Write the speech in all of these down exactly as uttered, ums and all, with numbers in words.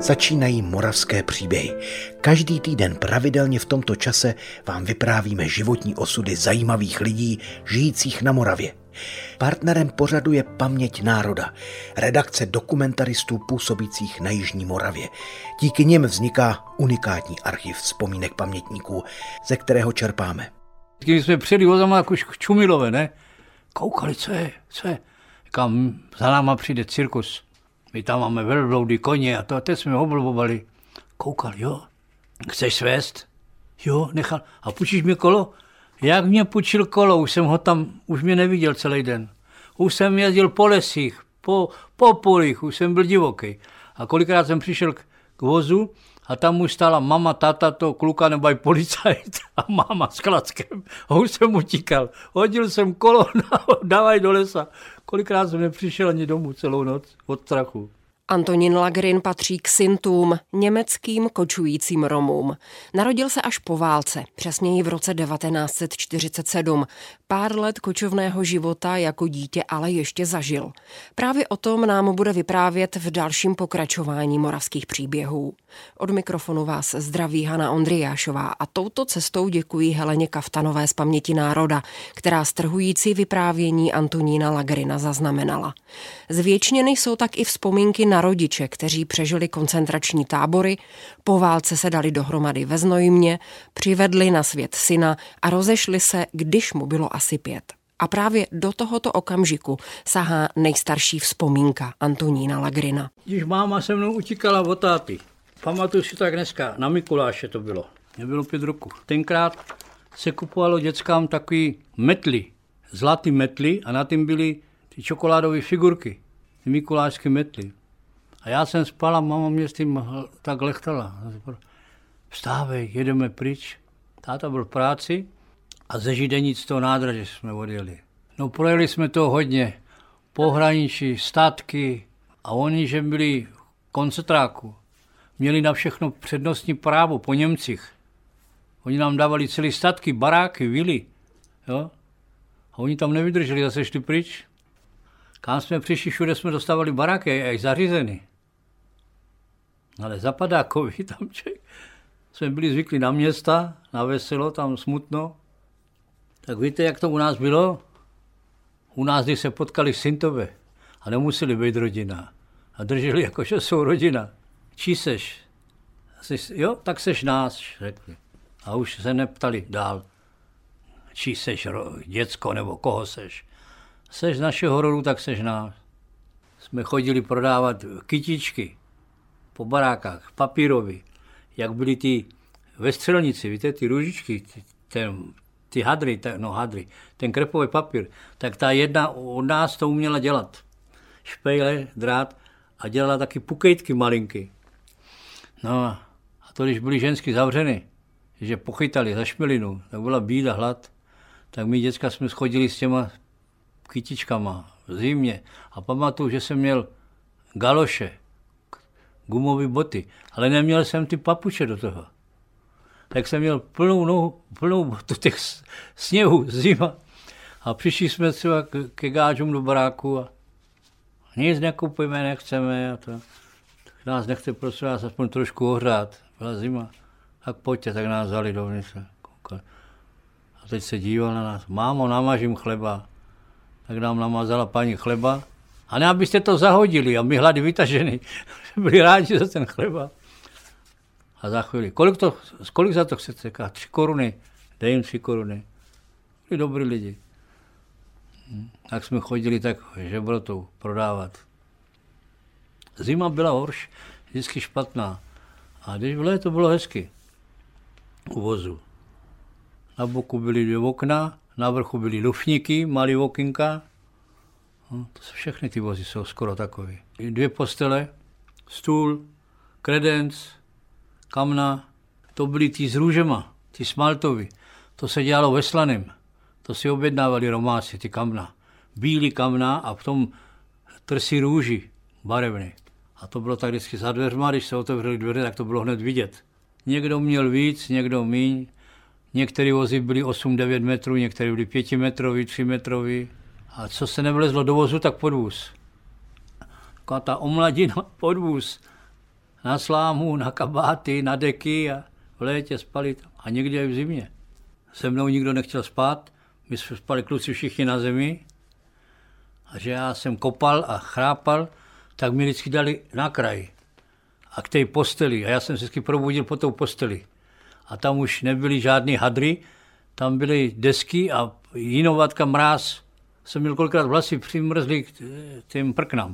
Začínají moravské příběhy. Každý týden pravidelně v tomto čase vám vyprávíme životní osudy zajímavých lidí žijících na Moravě. Partnerem pořadu je Paměť národa, redakce dokumentaristů působících na jižní Moravě. Díky nim vzniká unikátní archiv vzpomínek pamětníků, ze kterého čerpáme. Když jsme přijeli vozama jako k Čumilové, ne? Koukali, co je, co je. Kam za náma přijde cirkus. My tam máme velbloudy, koně a to. A teď jsme oblbovali. Koukali, jo. Chceš svést? Jo, nechal. A půjčíš mi kolo? Jak mě půjčil kolo? Už jsem ho tam, už mě neviděl celý den. Už jsem jezdil po lesích, po, po polích, už jsem byl divoký. A kolikrát jsem přišel k, k vozu a tam už stála mama, táta, to kluka nebo i policajt a máma s klackem. A už jsem utíkal. Hodil jsem kolo, dávaj do lesa. Kolikrát jsem nepřišel ani domů celou noc od strachu. Antonín Lagrin patří k Sintům, německým kočujícím Romům. Narodil se až po válce, přesněji v roce devatenáct set čtyřicet sedm. Pár let kočovného života jako dítě ale ještě zažil. Právě o tom nám bude vyprávět v dalším pokračování moravských příběhů. Od mikrofonu vás zdraví Hana Ondrijášová a touto cestou děkuji Heleně Kaftanové z Paměti národa, která strhující vyprávění Antonína Lagrina zaznamenala. Zvěčněny jsou tak i vzpomínky na rodiče, kteří přežili koncentrační tábory, po válce se dali dohromady ve Znojmě, přivedli na svět syna a rozešli se, když mu bylo asi pět. A právě do tohoto okamžiku sahá nejstarší vzpomínka Antonína Lagrina. Když máma se mnou utíkala od táty, pamatuju si tak dneska, na Mikuláše to bylo, mě bylo pět roku. Tenkrát se kupovalo dětskám takový metly, zlatý metly a na tím byly ty čokoládové figurky, ty mikulášské metly. A já jsem spala, máma mě s tím tak lechtala. Vstávej, jedeme pryč. Táta byl v práci a ze Židenic z toho nádraže jsme odjeli. No projeli jsme to hodně. Pohraničí, statky a oni, že byli v koncentráku, měli na všechno přednostní právo po Němcích. Oni nám dávali celé statky, baráky, vily. Jo? A oni tam nevydrželi, zase šli pryč. Kam jsme přišli, všude jsme dostávali baráky, jak zařízeny. Ale zapadákovi tam člověk, jsme byli zvyklí na města, na veselo, tam smutno. Tak víte, jak to u nás bylo? U nás, když se potkali Sintové a nemuseli být rodina a drželi jako, že jsou rodina. Čí seš? Seš jo, tak seš nás, řekli. A už se neptali dál, čí seš, děcko nebo koho seš. Seš z našeho rodu, tak seš nás. Jsme chodili prodávat kytičky po barákách, papírovi, jak byly ty ve střelnici, víte, ty růžičky, ty, ten, ty hadry, ten, no hadry, ten krepový papír, tak ta jedna od nás to uměla dělat. Špejle, drát a dělala taky pukejtky malinky. No a to, když byli žensky zavřeny, že pochytali za šmelinu, tak byla bída, hlad, tak my děcka jsme schodili s těma kytičkama v zimě a pamatuju, že jsem měl galoše, gumové boty, ale neměl jsem ty papuče do toho. Tak jsem měl plnou nohu, plnou botu těch sněhů, zima. A přišli jsme třeba ke gáčům do baráku a nic nekupujeme, nechceme. A to, tak nás nechte prosím nás aspoň trošku ohřát. Byla zima. Tak pojďte, tak nás vzali dovnitř. A teď se díval na nás. Mámo, namažím chleba. Tak nám namazala paní chleba. A ne, abyste to zahodili a my hlady vytažený. Byli rádi za ten chleba. A za chvíli, kolik, to, kolik za to chcete? Říká, tři koruny. Dej jim tři koruny. Byli dobrý lidi. Tak jsme chodili tak žebrotou prodávat. Zima byla horší, vždycky špatná. A když v léto bylo hezky. U vozu. Na boku byly dvě okna, na vrchu byly lufníky, malý okinka. No, to jsou všechny ty vozy, jsou skoro takové. Dvě postele, stůl, kredenc, kamna. To byly ty s růžema, ty smaltový. To se dělalo ve Slaném. To si objednávali Romáci, ty kamna. Bílý kamna a v tom trsí růži barevný. A to bylo tak vždycky za dveřma, když se otevřely dveře, tak to bylo hned vidět. Někdo měl víc, někdo míň. Některé vozy byly osm devět metrů, některé byly pět metrový, tři metrový. A co se nevlezlo do vozu, tak podvůz. Taková ta omladina, podvůz. na slámu, na kabáty, na deky a v létě spali tam. A někdy i v zimě. Se mnou nikdo nechtěl spát, my jsme spali kluci všichni na zemi. A že já jsem kopal a chrápal, tak mi vždycky dali na kraj. A k té posteli. A já jsem se vždycky probudil po tou posteli. A tam už nebyly žádný hadry, tam byly desky a jinovatka mráz. Jsem měl kolikrát vlasy přimrzlý k těm prknám.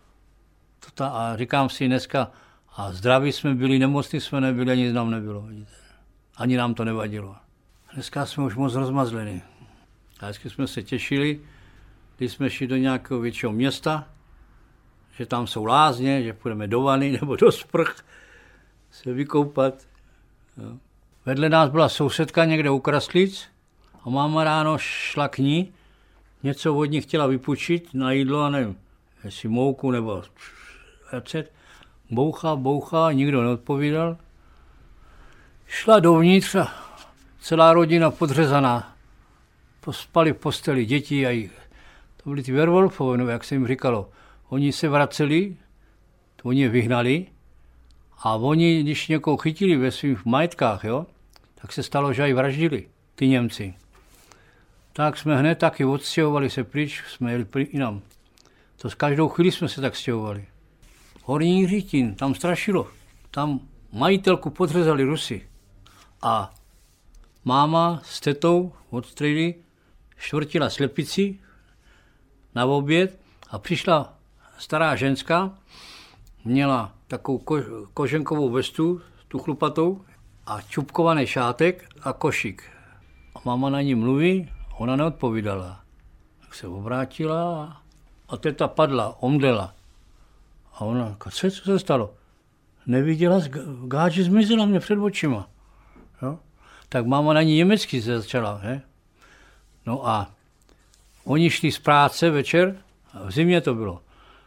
A říkám si dneska, a zdraví jsme byli, nemocní jsme nebyli, ani nám nebylo. Ani nám to nevadilo. Dneska jsme už moc rozmazleni. A vždycky jsme se těšili, když jsme šli do nějakého většího města, že tam jsou lázně, že půjdeme do vany nebo do sprch se vykoupat. Jo. Vedle nás byla sousedka někde u Kraslic a máma ráno šla k ní, něco od ní chtěla vypůjčit na jídlo, a nevím, jestli mouku nebo recept. Bouchá, bouchá, nikdo neodpovídal. Šla dovnitř a celá rodina podřezaná. Spali v posteli děti a jich. To byli ty Werwolfové, no, jak se jim říkalo. Oni se vraceli, oni je vyhnali a oni, když někoho chytili ve svých majetkách, jo, tak se stalo, že aj vraždili, ty Němci. Tak jsme hned taky odstěhovali se pryč, jsme jeli pryč jinam. To s každou chvíli jsme se tak stěhovali. Horní Jiřitín, tam strašilo. Tam majitelku podřezali Rusy. A máma s tetou od strejdy švrtila slepici na oběd a přišla stará ženská, měla takovou ko- koženkovou vestu, tu chlupatou, a čupkovaný šátek a košík. A máma na ní mluví, ona neodpovídala. Tak se obrátila a teta padla, omdlela. A ona, co, co se stalo? Neviděla, gáči zmizela mě před očima. Jo? Tak máma na ní německy se začala. Ne? No a oni šli z práce večer, v zimě to bylo,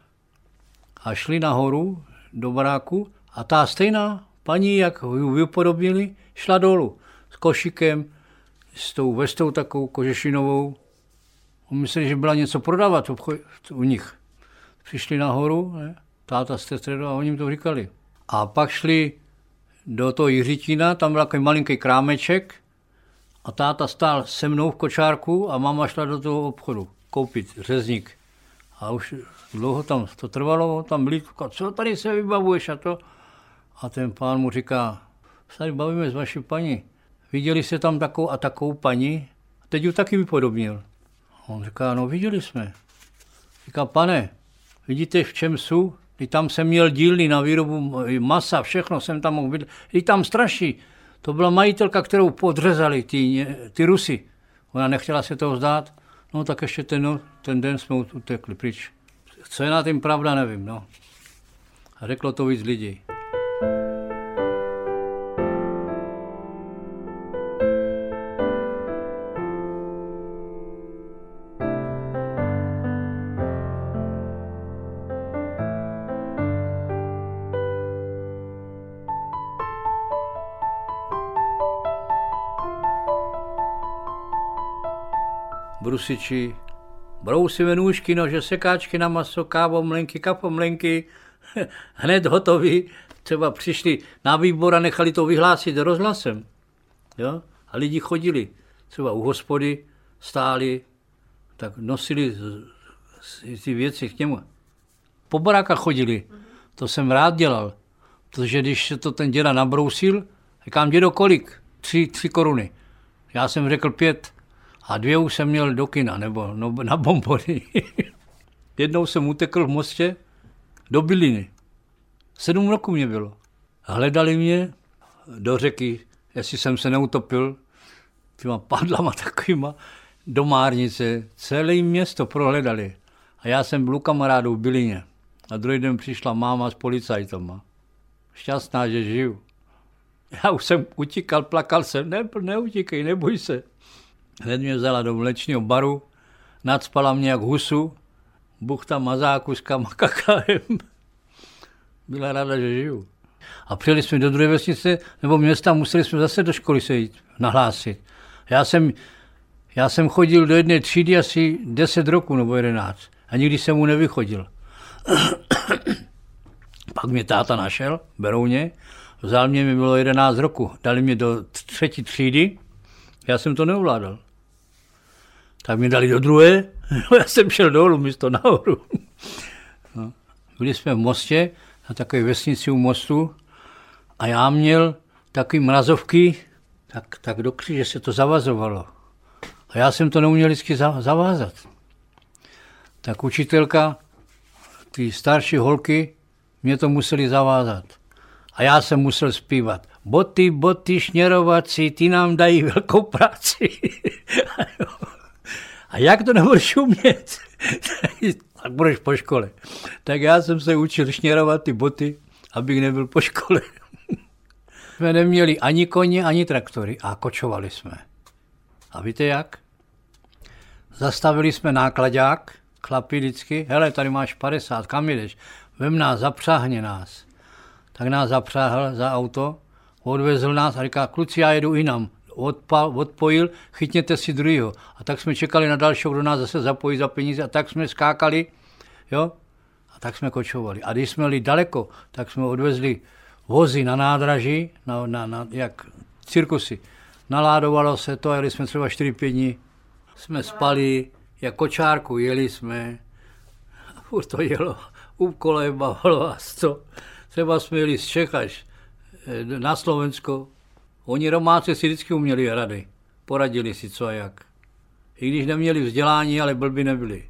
a šli nahoru do baráku a ta stejná paní, jak ji vypodobnili, šla dolů s košíkem, s tou vestou takovou kožešinovou. Mysleli, že byla něco prodávat u nich. Přišli nahoru, ne? Táta z Testredo, a oni jim to říkali. A pak šli do toho Jiřitína, tam byl takový malinký krámeček a táta stál se mnou v kočárku a máma šla do toho obchodu koupit řezník. A už dlouho tam to trvalo, tam byli, co tady se vybavuješ a to. A ten pán mu říká, tady bavíme s vaší paní. Viděli jste tam takovou a takovou paní? A teď ji taky vypodobnil. A on říká, no viděli jsme. Říká, pane, vidíte, v čem jsou? I tam jsem měl dílny na výrobu masa, všechno jsem tam mohl vidět. I tam straší. To byla majitelka, kterou podřezali ty, ty Rusy. Ona nechtěla se toho zdát. No tak ještě ten, no, ten den jsme utekli pryč. Co je na tím pravda, nevím. No. A řeklo to víc lidí. Brusiči, brousíme nůžky, nože, sekáčky na maso, kávomlenky, kapomlenky, hned hotový. Třeba přišli na výbor a nechali to vyhlásit rozhlasem. Jo? A lidi chodili, třeba u hospody stáli, tak nosili ty věci k němu. Po barákách chodili, to jsem rád dělal, protože když se to ten děda nabrousil, říkám, dědo, kolik? Tři, tři koruny. Já jsem řekl pět. A dvě už jsem měl do kina, nebo no, na bombony. Jednou jsem utekl v Mostě do Byliny. Sedm roků mě bylo. Hledali mě do řeky, jestli jsem se neutopil, těma padlama takovýma, do Márnice. Celé město prohledali. A já jsem byl u kamarádů v Bylině. A druhý den přišla máma s policajtama. Šťastná, že žiju. Já už jsem utíkal, plakal jsem, ne, neutíkej, neboj se. Hned mě vzala do mlečního baru, nacpala mě jak husu, buchta mazáku s kakaem. Byla ráda, že žiju. A přijeli jsme do druhé vesnice, nebo města, museli jsme zase do školy se jít nahlásit. Já jsem, já jsem chodil do jedné třídy asi deset roků nebo jedenáct a nikdy jsem mu nevychodil. Pak Pak mě táta našel v Berouně, vzal mě, mi bylo jedenáct roku, dali mě do třetí třídy, já jsem to neovládal. Tak mě dali do druhé, já jsem šel dolů místo nahoru. No. Byli jsme v Mostě, na takové vesnici u mostu a já měl takový mrazovky, tak, tak do kříže se to zavazovalo. A já jsem to neuměl vždycky zavázat. Tak učitelka, ty starší holky, mě to museli zavázat. A já jsem musel zpívat. Boty, boty šněrovací, ty nám dají velkou práci. A jak to nebudeš umět? Tak budeš po škole. Tak já jsem se učil šněrovat ty boty, abych nebyl po škole. Jsme neměli ani koně, ani traktory a kočovali jsme. A víte jak? Zastavili jsme nákladák, chlapi vždycky, hele, tady máš padesát, kam jdeš? Vem nás, zapřáhně nás. Tak nás zapřáhl za auto, odvezl nás a říká, kluci, já jedu jinam. Odpal, odpojil, chytněte si druhýho. A tak jsme čekali na dalšího, kdo nás zase zapojí za peníze a tak jsme skákali, jo? A tak jsme kočovali. A když jsme jeli daleko, tak jsme odvezli vozy na nádraží, na, na, na, jak cirkusy. Naládovalo se to, jeli jsme třeba čtyři pět dní. Jsme spali, jak kočárku, jeli jsme. A furt to jelo, u kole bavilo a to. Třeba jsme jeli z Čech až na Slovensko. Oni Romáci si vždycky uměli rady. Poradili si co a jak. I když neměli vzdělání, ale blbí nebyli.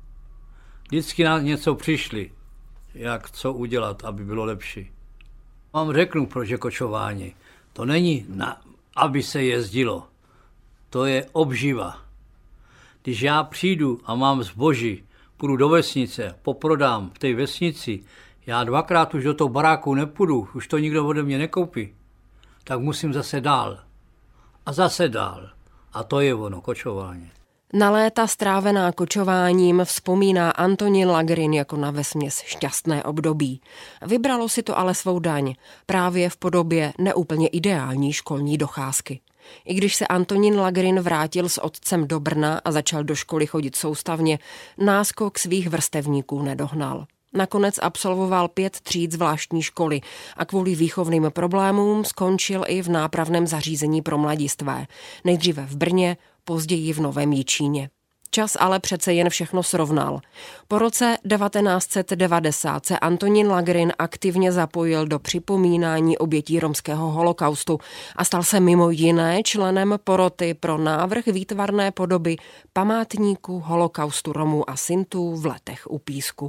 Vždycky nás něco přišli, jak co udělat, aby bylo lepší. Vám řeknu, proč je kočování. To není, na, aby se jezdilo. To je obživa. Když já přijdu a mám zboží, půjdu do vesnice, poprodám v té vesnici, já dvakrát už do toho baráku nepůjdu, už to nikdo ode mě nekoupí, tak musím zase dál. A zase dál. A to je ono, kočování. Na léta strávená kočováním vzpomíná Antonín Lagrin jako na vesměs šťastné období. Vybralo si to ale svou daň, právě v podobě neúplně ideální školní docházky. I když se Antonín Lagrin vrátil s otcem do Brna a začal do školy chodit soustavně, náskok svých vrstevníků nedohnal. Nakonec absolvoval pět tříd zvláštní školy a kvůli výchovným problémům skončil i v nápravném zařízení pro mladistvé. Nejdříve v Brně, později v Novém Jičíně. Čas ale přece jen všechno srovnal. Po roce devatenáct set devadesát se Antonín Lagrin aktivně zapojil do připomínání obětí romského holokaustu a stal se mimo jiné členem poroty pro návrh výtvarné podoby památníku holokaustu Romů a Sintů v Letech u Písku.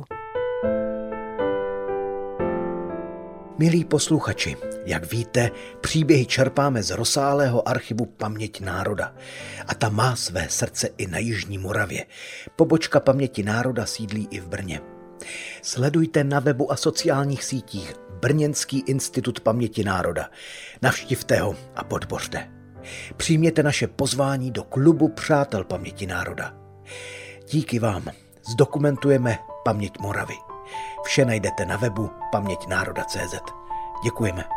Milí posluchači, jak víte, příběhy čerpáme z rozsáhlého archivu Paměť národa. A ta má své srdce i na Jižní Moravě. Pobočka Paměti národa sídlí i v Brně. Sledujte na webu a sociálních sítích Brněnský institut Paměti národa. Navštivte ho a podpořte. Přijměte naše pozvání do klubu Přátel Paměti národa. Díky vám zdokumentujeme paměť Moravy. Vše najdete na webu paměť národa tečka cé zet. Děkujeme.